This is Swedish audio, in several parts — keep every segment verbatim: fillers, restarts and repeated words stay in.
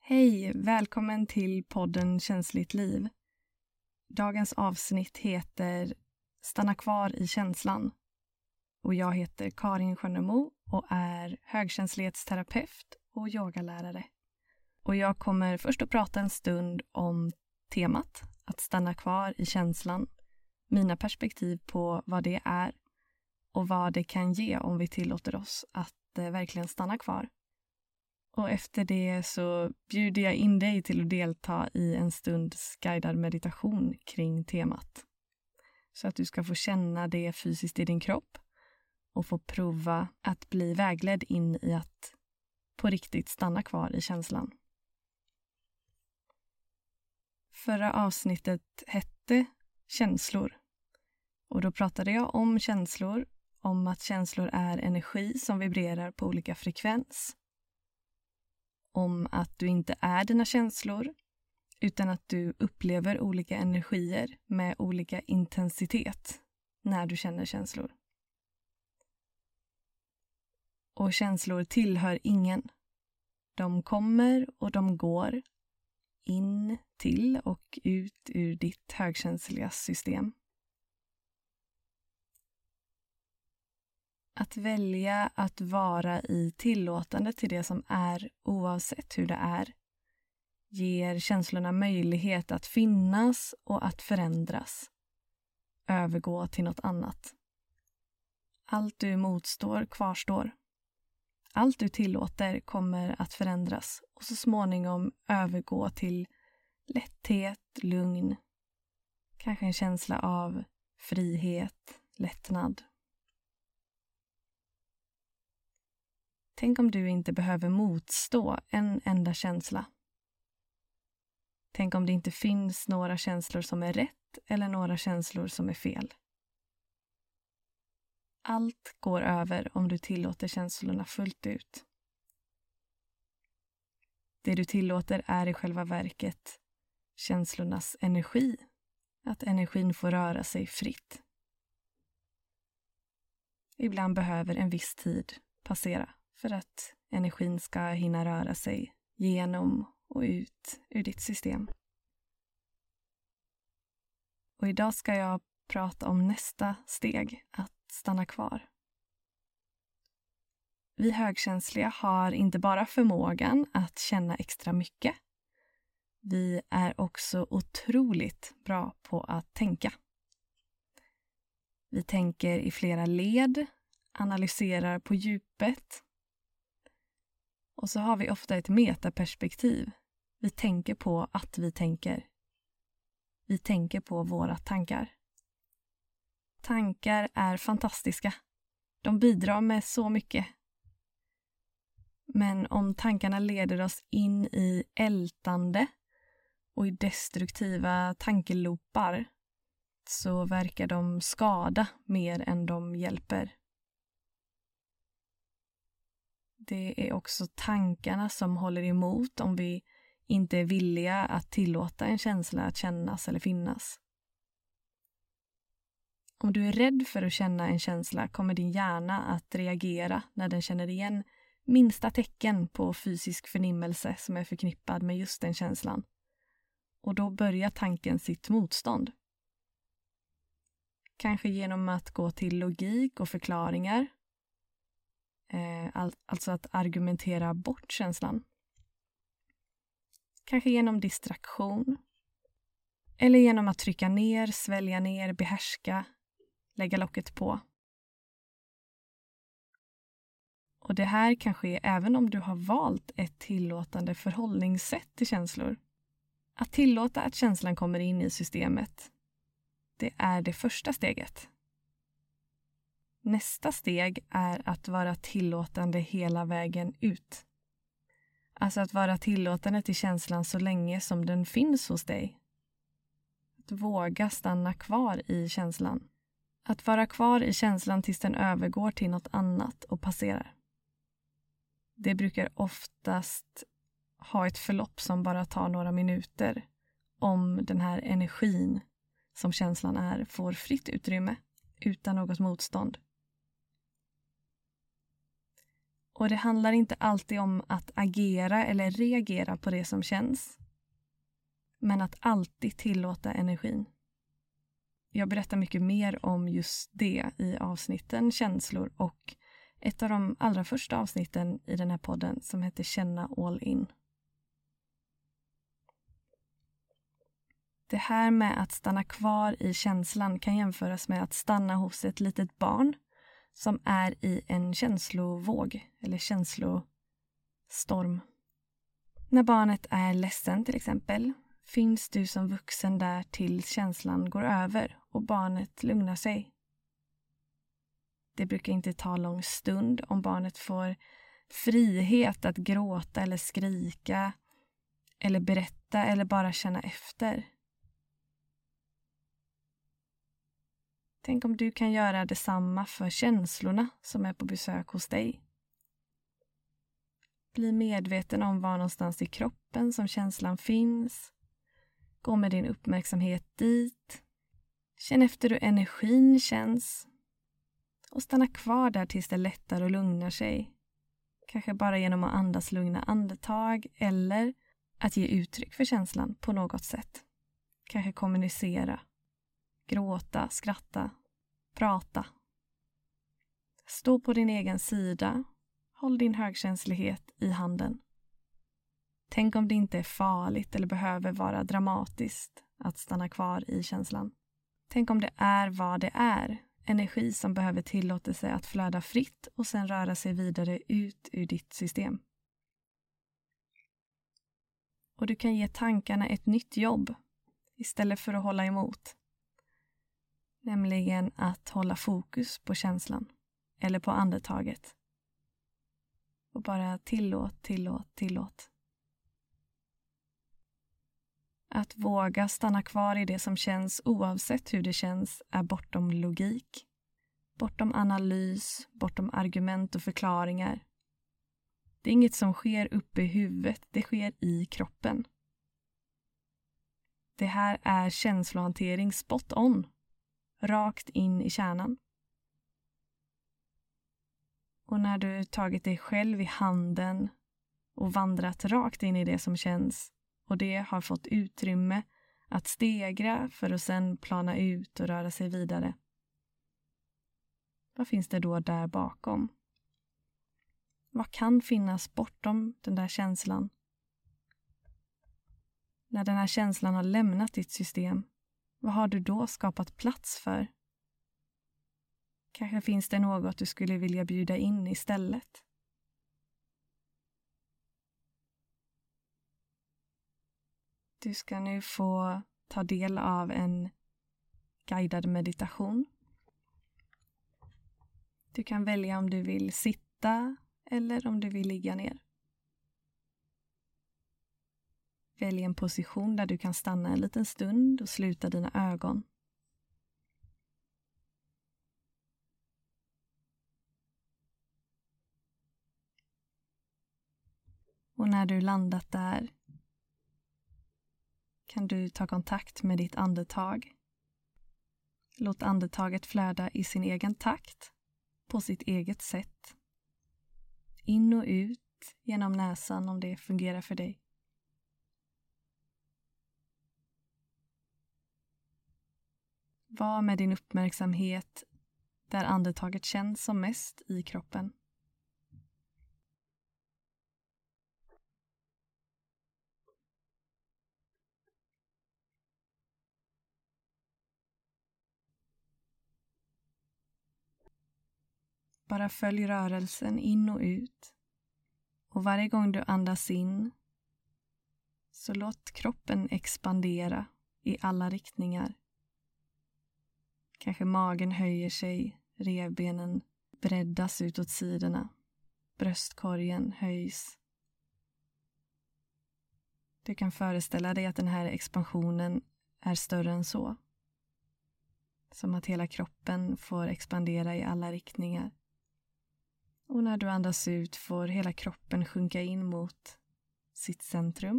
Hej, välkommen till podden Känsligt liv. Dagens avsnitt heter Stanna kvar i känslan. Och jag heter Karin Schönnemo och är högkänslighetsterapeut och yogalärare. Och jag kommer först att prata en stund om temat att stanna kvar i känslan, mina perspektiv på vad det är och vad det kan ge om vi tillåter oss att eh, verkligen stanna kvar. Och efter det så bjuder jag in dig till att delta i en stunds guidad meditation kring temat. Så att du ska få känna det fysiskt i din kropp och få prova att bli vägledd in i att på riktigt stanna kvar i känslan. Förra avsnittet hette känslor. Och då pratade jag om känslor, om att känslor är energi som vibrerar på olika frekvens. Om att du inte är dina känslor utan att du upplever olika energier med olika intensitet när du känner känslor. Och känslor tillhör ingen. De kommer och de går in till och ut ur ditt högkänsliga system. Att välja att vara i tillåtande till det som är oavsett hur det är ger känslorna möjlighet att finnas och att förändras. Övergå till något annat. Allt du motstår kvarstår. Allt du tillåter kommer att förändras och så småningom övergå till lätthet, lugn. Kanske en känsla av frihet, lättnad. Tänk om du inte behöver motstå en enda känsla. Tänk om det inte finns några känslor som är rätt eller några känslor som är fel. Allt går över om du tillåter känslorna fullt ut. Det du tillåter är i själva verket känslornas energi. Att energin får röra sig fritt. Ibland behöver en viss tid passera för att energin ska hinna röra sig genom och ut ur ditt system. Och idag ska jag prata om nästa steg, att stanna kvar. Vi högkänsliga har inte bara förmågan att känna extra mycket. Vi är också otroligt bra på att tänka. Vi tänker i flera led, analyserar på djupet. Och så har vi ofta ett metaperspektiv. Vi tänker på att vi tänker. Vi tänker på våra tankar. Tankar är fantastiska. De bidrar med så mycket. Men om tankarna leder oss in i ältande och i destruktiva tankeloopar så verkar de skada mer än de hjälper. Det är också tankarna som håller emot om vi inte är villiga att tillåta en känsla att kännas eller finnas. Om du är rädd för att känna en känsla kommer din hjärna att reagera när den känner igen minsta tecken på fysisk förnimmelse som är förknippad med just den känslan. Och då börjar tanken sitt motstånd. Kanske genom att gå till logik och förklaringar. Alltså att argumentera bort känslan. Kanske genom distraktion. Eller genom att trycka ner, svälja ner, behärska, lägga locket på. Och det här kan ske även om du har valt ett tillåtande förhållningssätt till känslor. Att tillåta att känslan kommer in i systemet, det är det första steget. Nästa steg är att vara tillåtande hela vägen ut. Alltså att vara tillåtande till känslan så länge som den finns hos dig. Att våga stanna kvar i känslan. Att vara kvar i känslan tills den övergår till något annat och passerar. Det brukar oftast ha ett förlopp som bara tar några minuter om den här energin som känslan är får fritt utrymme utan något motstånd. Och det handlar inte alltid om att agera eller reagera på det som känns. Men att alltid tillåta energin. Jag berättar mycket mer om just det i avsnitten känslor och ett av de allra första avsnitten i den här podden som heter Känna all in. Det här med att stanna kvar i känslan kan jämföras med att stanna hos ett litet barn som är i en känslovåg eller känslostorm. När barnet är ledsen till exempel finns du som vuxen där tills känslan går över och barnet lugnar sig. Det brukar inte ta lång stund om barnet får frihet att gråta eller skrika eller berätta eller bara känna efter. Tänk om du kan göra detsamma för känslorna som är på besök hos dig. Bli medveten om var någonstans i kroppen som känslan finns. Gå med din uppmärksamhet dit. Känn efter hur energin känns. Och stanna kvar där tills det lättar och lugnar sig. Kanske bara genom att andas lugna andetag eller att ge uttryck för känslan på något sätt. Kanske kommunicera. Gråta, skratta, prata. Stå på din egen sida. Håll din högkänslighet i handen. Tänk om det inte är farligt eller behöver vara dramatiskt att stanna kvar i känslan. Tänk om det är vad det är. Energi som behöver tillåta sig att flöda fritt och sen röra sig vidare ut ur ditt system. Och du kan ge tankarna ett nytt jobb istället för att hålla emot. Nämligen att hålla fokus på känslan eller på andetaget. Och bara tillåt, tillåt, tillåt. Att våga stanna kvar i det som känns oavsett hur det känns är bortom logik. Bortom analys, bortom argument och förklaringar. Det är inget som sker uppe i huvudet, det sker i kroppen. Det här är känslohantering spot on. Rakt in i kärnan. Och när du tagit dig själv i handen och vandrat rakt in i det som känns och det har fått utrymme att stegra för att sedan plana ut och röra sig vidare. Vad finns det då där bakom? Vad kan finnas bortom den där känslan? När den här känslan har lämnat ditt system, vad har du då skapat plats för? Kanske finns det något du skulle vilja bjuda in istället. Du ska nu få ta del av en guidad meditation. Du kan välja om du vill sitta eller om du vill ligga ner. Välj en position där du kan stanna en liten stund och sluta dina ögon. Och när du landat där kan du ta kontakt med ditt andetag. Låt andetaget flöda i sin egen takt, på sitt eget sätt. In och ut genom näsan om det fungerar för dig. Var med din uppmärksamhet där andetaget känns som mest i kroppen. Bara följ rörelsen in och ut. Och varje gång du andas in så låt kroppen expandera i alla riktningar. Kanske magen höjer sig, revbenen breddas ut åt sidorna. Bröstkorgen höjs. Du kan föreställa dig att den här expansionen är större än så. Som att hela kroppen får expandera i alla riktningar. Och när du andas ut får hela kroppen sjunka in mot sitt centrum.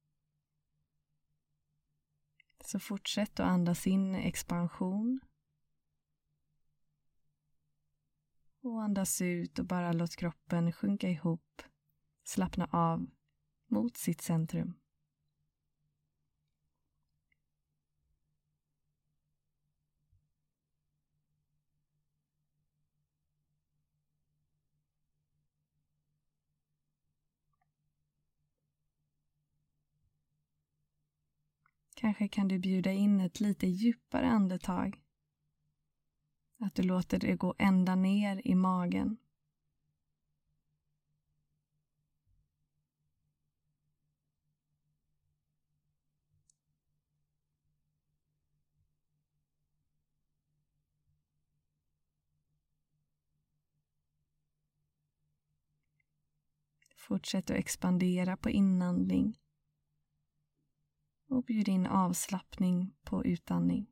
Så fortsätt att andas in expansion. Och andas ut och bara låt kroppen sjunka ihop, slappna av mot sitt centrum. Kanske kan du bjuda in ett lite djupare andetag. Att du låter det gå ända ner i magen. Fortsätt att expandera på inandning. Och bjud in avslappning på utandning.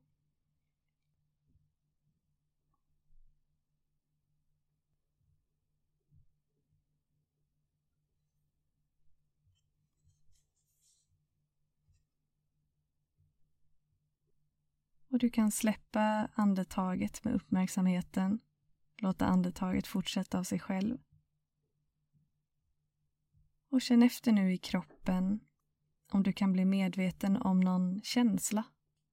Och du kan släppa andetaget med uppmärksamheten. Låta andetaget fortsätta av sig själv. Och känn efter nu i kroppen om du kan bli medveten om någon känsla.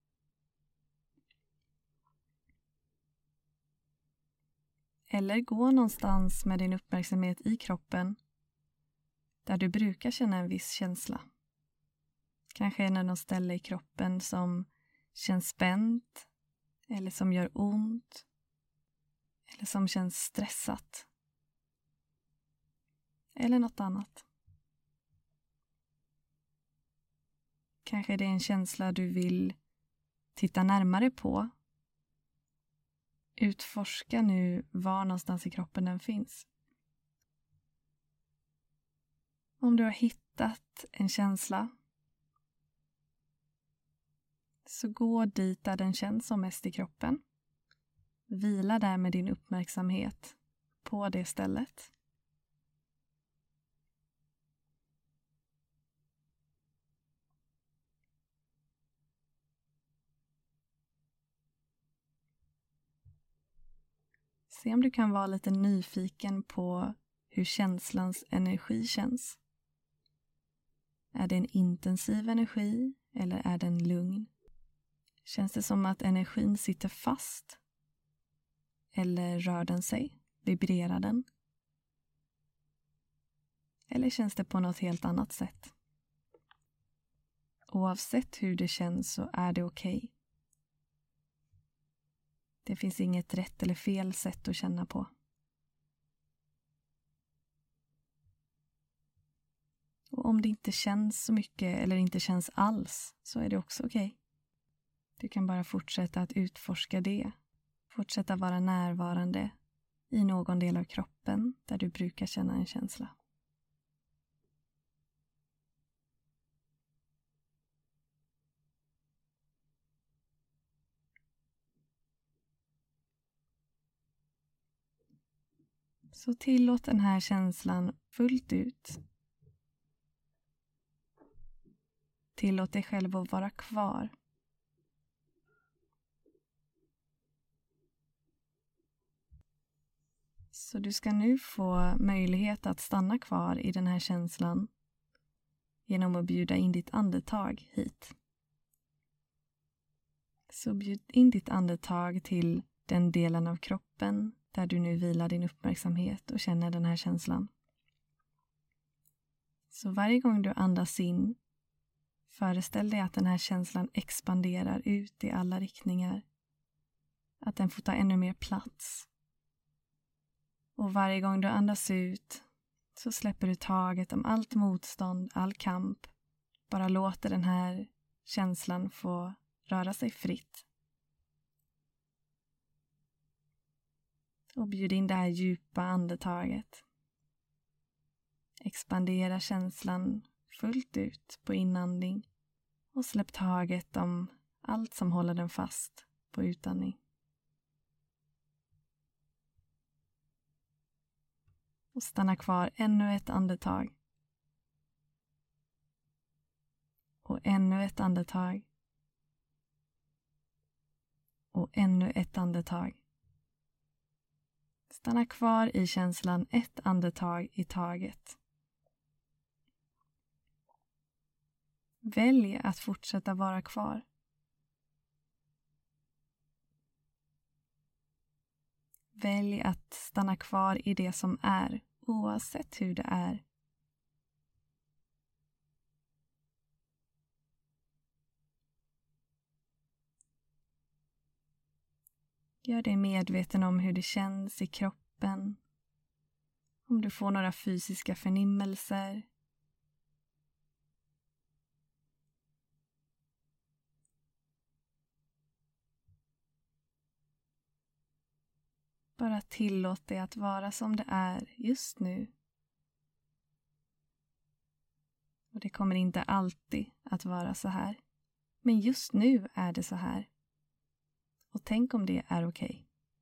Eller gå någonstans med din uppmärksamhet i kroppen där du brukar känna en viss känsla. Kanske är det något ställe i kroppen som känns spänt eller som gör ont eller som känns stressat. Eller något annat. Kanske är det en känsla du vill titta närmare på. Utforska nu var någonstans i kroppen den finns. Om du har hittat en känsla så gå dit där den känns som mest i kroppen. Vila där med din uppmärksamhet på det stället. Se om du kan vara lite nyfiken på hur känslans energi känns. Är det en intensiv energi eller är den lugn? Känns det som att energin sitter fast? Eller rör den sig? Vibrerar den? Eller känns det på något helt annat sätt? Oavsett hur det känns så är det okej. Okay. Det finns inget rätt eller fel sätt att känna på. Och om det inte känns så mycket eller inte känns alls så är det också okej. Okay. Du kan bara fortsätta att utforska det. Fortsätta vara närvarande i någon del av kroppen där du brukar känna en känsla. Så tillåt den här känslan fullt ut. Tillåt dig själv att vara kvar. Så du ska nu få möjlighet att stanna kvar i den här känslan genom att bjuda in ditt andetag hit. Så bjud in ditt andetag till den delen av kroppen där du nu vilar din uppmärksamhet och känner den här känslan. Så varje gång du andas in, föreställ dig att den här känslan expanderar ut i alla riktningar. Att den får ta ännu mer plats. Och varje gång du andas ut så släpper du taget om allt motstånd, all kamp. Bara låter den här känslan få röra sig fritt. Och bjud in det här djupa andetaget. Expandera känslan fullt ut på inandning. Och släpp taget om allt som håller den fast på utandning. Och stanna kvar ännu ett andetag. Och ännu ett andetag. Och ännu ett andetag. Stanna kvar i känslan ett andetag i taget. Välj att fortsätta vara kvar. Välj att stanna kvar i det som är, oavsett hur det är. Gör dig medveten om hur det känns i kroppen. Om du får några fysiska förnimmelser. Bara tillåt det att vara som det är just nu. Och det kommer inte alltid att vara så här. Men just nu är det så här. Och tänk om det är okej.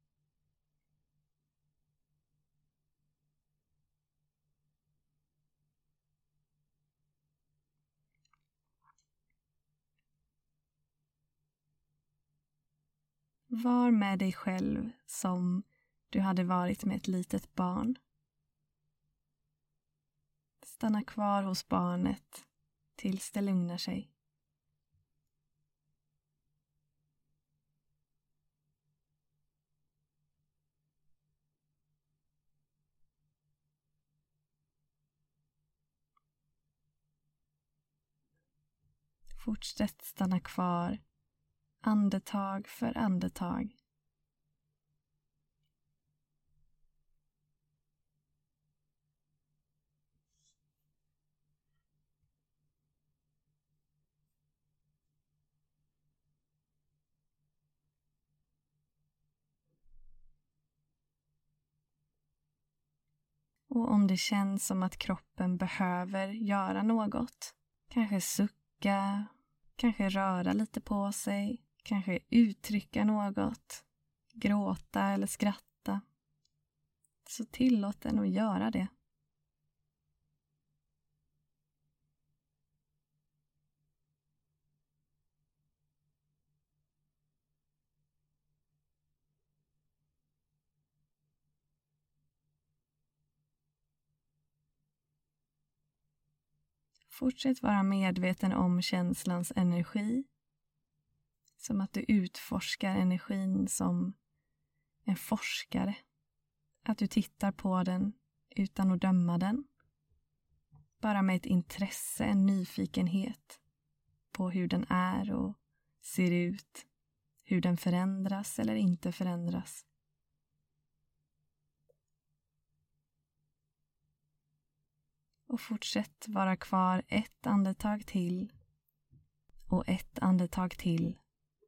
Var med dig själv som du hade varit med ett litet barn. Stanna kvar hos barnet tills det lugnar sig. Fortsätt stanna kvar, andetag för andetag. Och om det känns som att kroppen behöver göra något, kanske sucka, kanske röra lite på sig, kanske uttrycka något, gråta eller skratta, så tillåt den att göra det. Fortsätt vara medveten om känslans energi. Som att du utforskar energin som en forskare. Att du tittar på den utan att döma den. Bara med ett intresse, en nyfikenhet på hur den är och ser ut. Hur den förändras eller inte förändras. Och fortsätt vara kvar ett andetag till och ett andetag till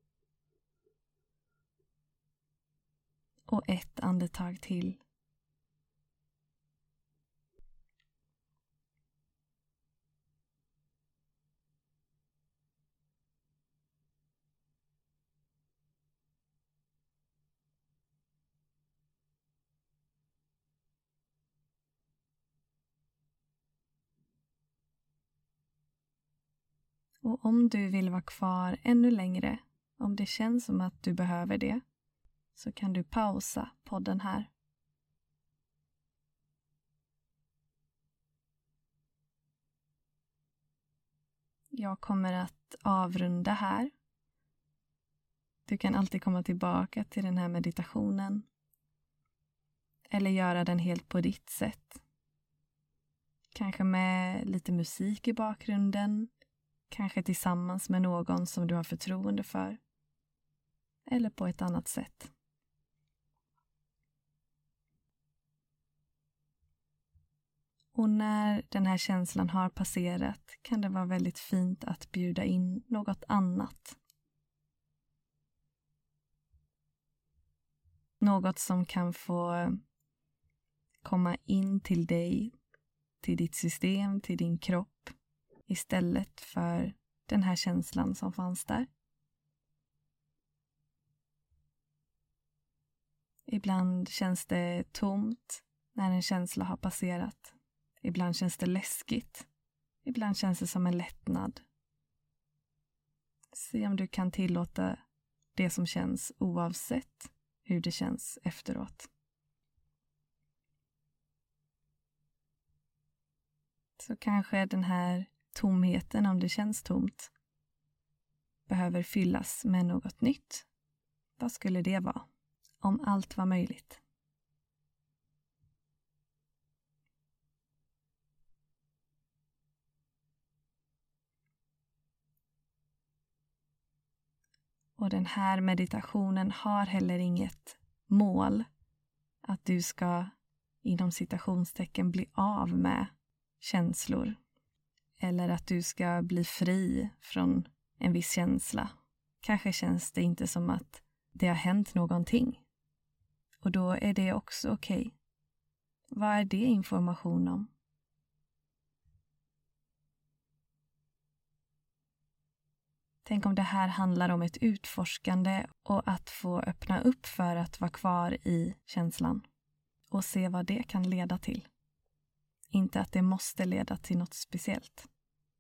och ett andetag till. Och om du vill vara kvar ännu längre, om det känns som att du behöver det, så kan du pausa podden här. Jag kommer att avrunda här. Du kan alltid komma tillbaka till den här meditationen. Eller göra den helt på ditt sätt. Kanske med lite musik i bakgrunden. Kanske tillsammans med någon som du har förtroende för. Eller på ett annat sätt. Och när den här känslan har passerat kan det vara väldigt fint att bjuda in något annat. Något som kan få komma in till dig, till ditt system, till din kropp. Istället för den här känslan som fanns där. Ibland känns det tomt när en känsla har passerat. Ibland känns det läskigt. Ibland känns det som en lättnad. Se om du kan tillåta det som känns oavsett hur det känns efteråt. så kanske den här tomheten, om det känns tomt, behöver fyllas med något nytt. Vad skulle det vara? Om allt var möjligt. Och den här meditationen har heller inget mål att du ska inom citationstecken bli av med känslor. Eller att du ska bli fri från en viss känsla. Kanske känns det inte som att det har hänt någonting. Och då är det också okej. Okay. Vad är det information om? Tänk om det här handlar om ett utforskande och att få öppna upp för att vara kvar i känslan. Och se vad det kan leda till. Inte att det måste leda till något speciellt.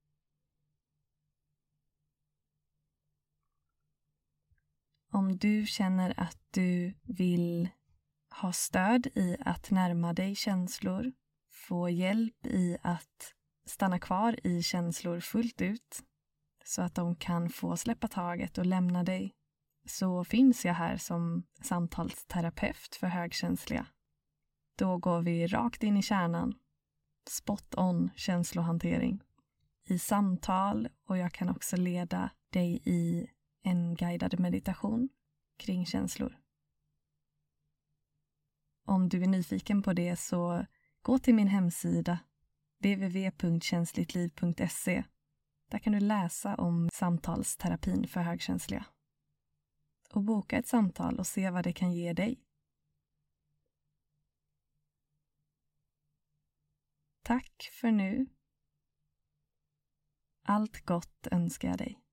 Om du känner att du vill ha stöd i att närma dig känslor, få hjälp i att stanna kvar i känslor fullt ut så att de kan få släppa taget och lämna dig, så finns jag här som samtalsterapeut för högkänsliga. Då går vi rakt in i kärnan, spot on känslohantering, i samtal, och jag kan också leda dig i en guidad meditation kring känslor. Om du är nyfiken på det så gå till min hemsida w w w punkt känsligtliv punkt se. Där kan du läsa om samtalsterapin för högkänsliga. Och boka ett samtal och se vad det kan ge dig. Tack för nu. Allt gott önskar jag dig.